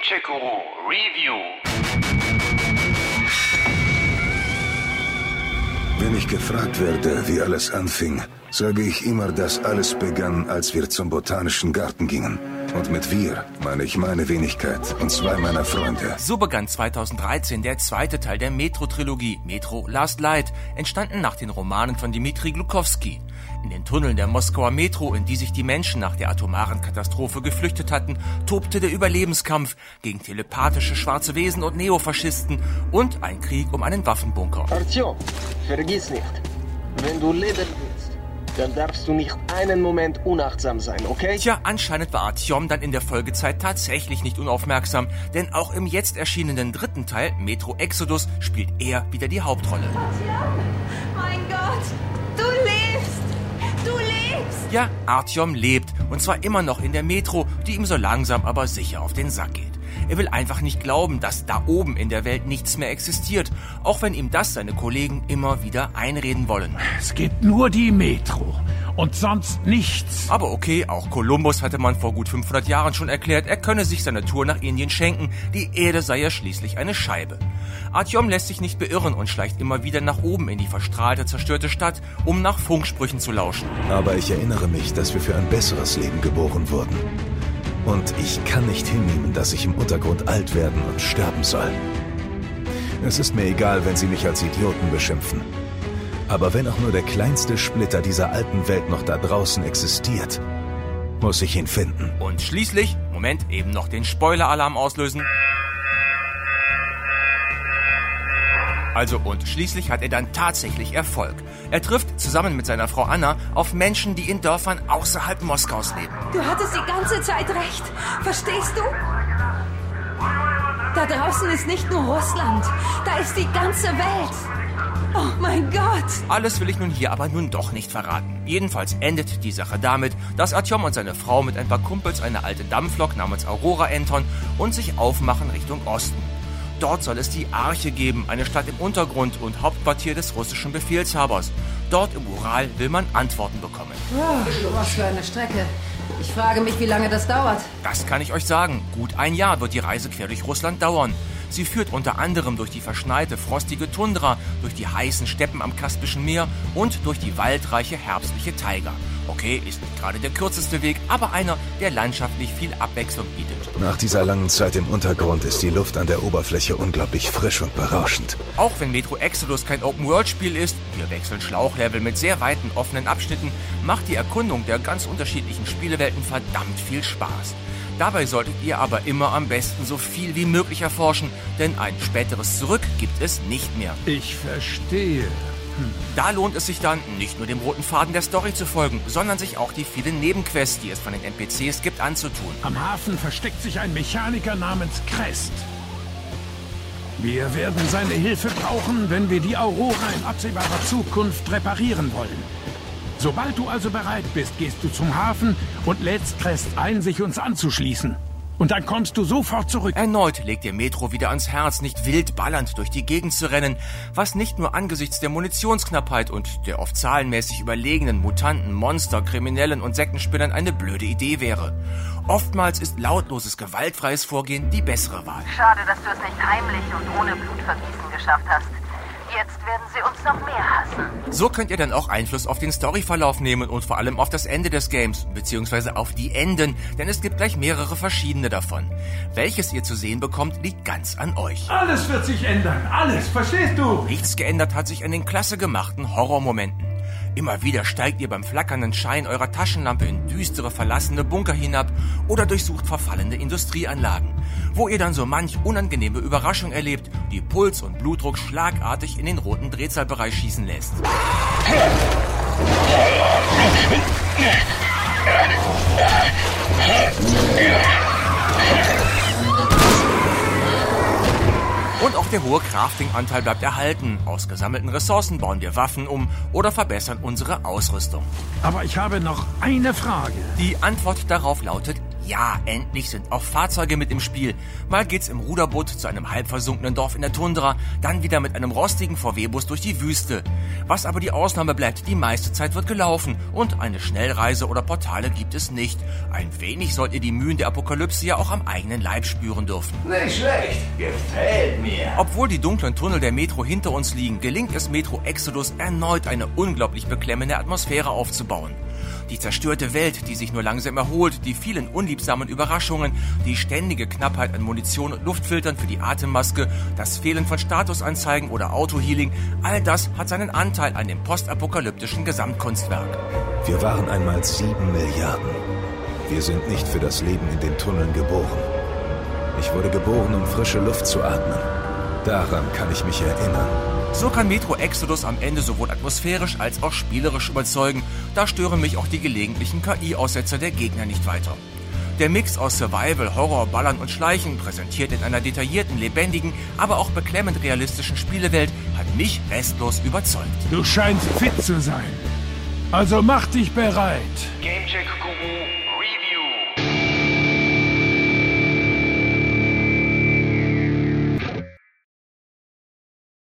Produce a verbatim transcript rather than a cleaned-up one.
Uichekuru Review. Wenn ich gefragt werde, wie alles anfing, sage ich immer, dass alles begann, als wir zum Botanischen Garten gingen. Und mit wir meine ich meine Wenigkeit und zwei meiner Freunde. So begann zweitausenddreizehn der zweite Teil der Metro-Trilogie, Metro Last Light, entstanden nach den Romanen von Dmitri Glukowski. In den Tunneln der Moskauer Metro, in die sich die Menschen nach der atomaren Katastrophe geflüchtet hatten, tobte der Überlebenskampf gegen telepathische schwarze Wesen und Neofaschisten und ein Krieg um einen Waffenbunker. Artyom, vergiss nicht, wenn du leben willst, dann darfst du nicht einen Moment unachtsam sein, okay? Tja, anscheinend war Artyom dann in der Folgezeit tatsächlich nicht unaufmerksam, denn auch im jetzt erschienenen dritten Teil, Metro Exodus, spielt er wieder die Hauptrolle. Artyom, mein Gott, du lebst! Du lebst! Ja, Artyom lebt, und zwar immer noch in der Metro, die ihm so langsam aber sicher auf den Sack geht. Er will einfach nicht glauben, dass da oben in der Welt nichts mehr existiert, auch wenn ihm das seine Kollegen immer wieder einreden wollen. Es gibt nur die Metro und sonst nichts. Aber okay, auch Kolumbus hatte man vor gut fünfhundert Jahren schon erklärt, er könne sich seine Tour nach Indien schenken, die Erde sei ja schließlich eine Scheibe. Artyom lässt sich nicht beirren und schleicht immer wieder nach oben in die verstrahlte, zerstörte Stadt, um nach Funksprüchen zu lauschen. Aber ich erinnere mich, dass wir für ein besseres Leben geboren wurden. Und ich kann nicht hinnehmen, dass ich im Untergrund alt werden und sterben soll. Es ist mir egal, wenn Sie mich als Idioten beschimpfen. Aber wenn auch nur der kleinste Splitter dieser alten Welt noch da draußen existiert, muss ich ihn finden. Und schließlich, Moment, eben noch den Spoiler-Alarm auslösen. Also und schließlich hat er dann tatsächlich Erfolg. Er trifft zusammen mit seiner Frau Anna auf Menschen, die in Dörfern außerhalb Moskaus leben. Du hattest die ganze Zeit recht. Verstehst du? Da draußen ist nicht nur Russland. Da ist die ganze Welt. Oh mein Gott. Alles will ich nun hier aber nun doch nicht verraten. Jedenfalls endet die Sache damit, dass Artyom und seine Frau mit ein paar Kumpels eine alte Dampflok namens Aurora entern und sich aufmachen Richtung Osten. Dort soll es die Arche geben, eine Stadt im Untergrund und Hauptquartier des russischen Befehlshabers. Dort im Ural will man Antworten bekommen. Oh, was für eine Strecke. Ich frage mich, wie lange das dauert. Das kann ich euch sagen. Gut ein Jahr wird die Reise quer durch Russland dauern. Sie führt unter anderem durch die verschneite, frostige Tundra, durch die heißen Steppen am Kaspischen Meer und durch die waldreiche, herbstliche Taiga. Okay, ist nicht gerade der kürzeste Weg, aber einer, der landschaftlich viel Abwechslung bietet. Nach dieser langen Zeit im Untergrund ist die Luft an der Oberfläche unglaublich frisch und berauschend. Auch wenn Metro Exodus kein Open-World-Spiel ist, wir wechseln Schlauchlevel mit sehr weiten, offenen Abschnitten, macht die Erkundung der ganz unterschiedlichen Spielewelten verdammt viel Spaß. Dabei solltet ihr aber immer am besten so viel wie möglich erforschen, denn ein späteres Zurück gibt es nicht mehr. Ich verstehe. Hm. Da lohnt es sich dann, nicht nur dem roten Faden der Story zu folgen, sondern sich auch die vielen Nebenquests, die es von den N P Cs gibt, anzutun. Am Hafen versteckt sich ein Mechaniker namens Crest. Wir werden seine Hilfe brauchen, wenn wir die Aurora in absehbarer Zukunft reparieren wollen. Sobald du also bereit bist, gehst du zum Hafen und lädst Crest ein, sich uns anzuschließen. Und dann kommst du sofort zurück. Erneut legt ihr Metro wieder ans Herz, nicht wild ballernd durch die Gegend zu rennen, was nicht nur angesichts der Munitionsknappheit und der oft zahlenmäßig überlegenen Mutanten, Monster, Kriminellen und Sektenspinnern eine blöde Idee wäre. Oftmals ist lautloses, gewaltfreies Vorgehen die bessere Wahl. Schade, dass du es nicht heimlich und ohne Blutvergießen geschafft hast. Jetzt werden sie uns noch mehr hassen. So könnt ihr dann auch Einfluss auf den Storyverlauf nehmen und vor allem auf das Ende des Games, beziehungsweise auf die Enden, denn es gibt gleich mehrere verschiedene davon. Welches ihr zu sehen bekommt, liegt ganz an euch. Alles wird sich ändern, alles, verstehst du? Nichts geändert hat sich an den klasse gemachten Horrormomenten. Immer wieder steigt ihr beim flackernden Schein eurer Taschenlampe in düstere, verlassene Bunker hinab oder durchsucht verfallene Industrieanlagen, wo ihr dann so manch unangenehme Überraschung erlebt, die Puls und Blutdruck schlagartig in den roten Drehzahlbereich schießen lässt. Und auch der hohe Crafting-Anteil bleibt erhalten. Aus gesammelten Ressourcen bauen wir Waffen um oder verbessern unsere Ausrüstung. Aber ich habe noch eine Frage. Die Antwort darauf lautet Ja, endlich sind auch Fahrzeuge mit im Spiel. Mal geht's im Ruderboot zu einem halb versunkenen Dorf in der Tundra, dann wieder mit einem rostigen V W-Bus durch die Wüste. Was aber die Ausnahme bleibt, die meiste Zeit wird gelaufen und eine Schnellreise oder Portale gibt es nicht. Ein wenig sollt ihr die Mühen der Apokalypse ja auch am eigenen Leib spüren dürfen. Nicht schlecht, gefällt mir. Obwohl die dunklen Tunnel der Metro hinter uns liegen, gelingt es Metro Exodus erneut eine unglaublich beklemmende Atmosphäre aufzubauen. Die zerstörte Welt, die sich nur langsam erholt, die vielen unliebsamen Überraschungen, die ständige Knappheit an Munition und Luftfiltern für die Atemmaske, das Fehlen von Statusanzeigen oder Autohealing, all das hat seinen Anteil an dem postapokalyptischen Gesamtkunstwerk. Wir waren einmal sieben Milliarden. Wir sind nicht für das Leben in den Tunneln geboren. Ich wurde geboren, um frische Luft zu atmen. Daran kann ich mich erinnern. So kann Metro Exodus am Ende sowohl atmosphärisch als auch spielerisch überzeugen. Da stören mich auch die gelegentlichen K I-Aussetzer der Gegner nicht weiter. Der Mix aus Survival, Horror, Ballern und Schleichen, präsentiert in einer detaillierten, lebendigen, aber auch beklemmend realistischen Spielewelt, hat mich restlos überzeugt. Du scheinst fit zu sein. Also mach dich bereit. Gamecheck, Guru.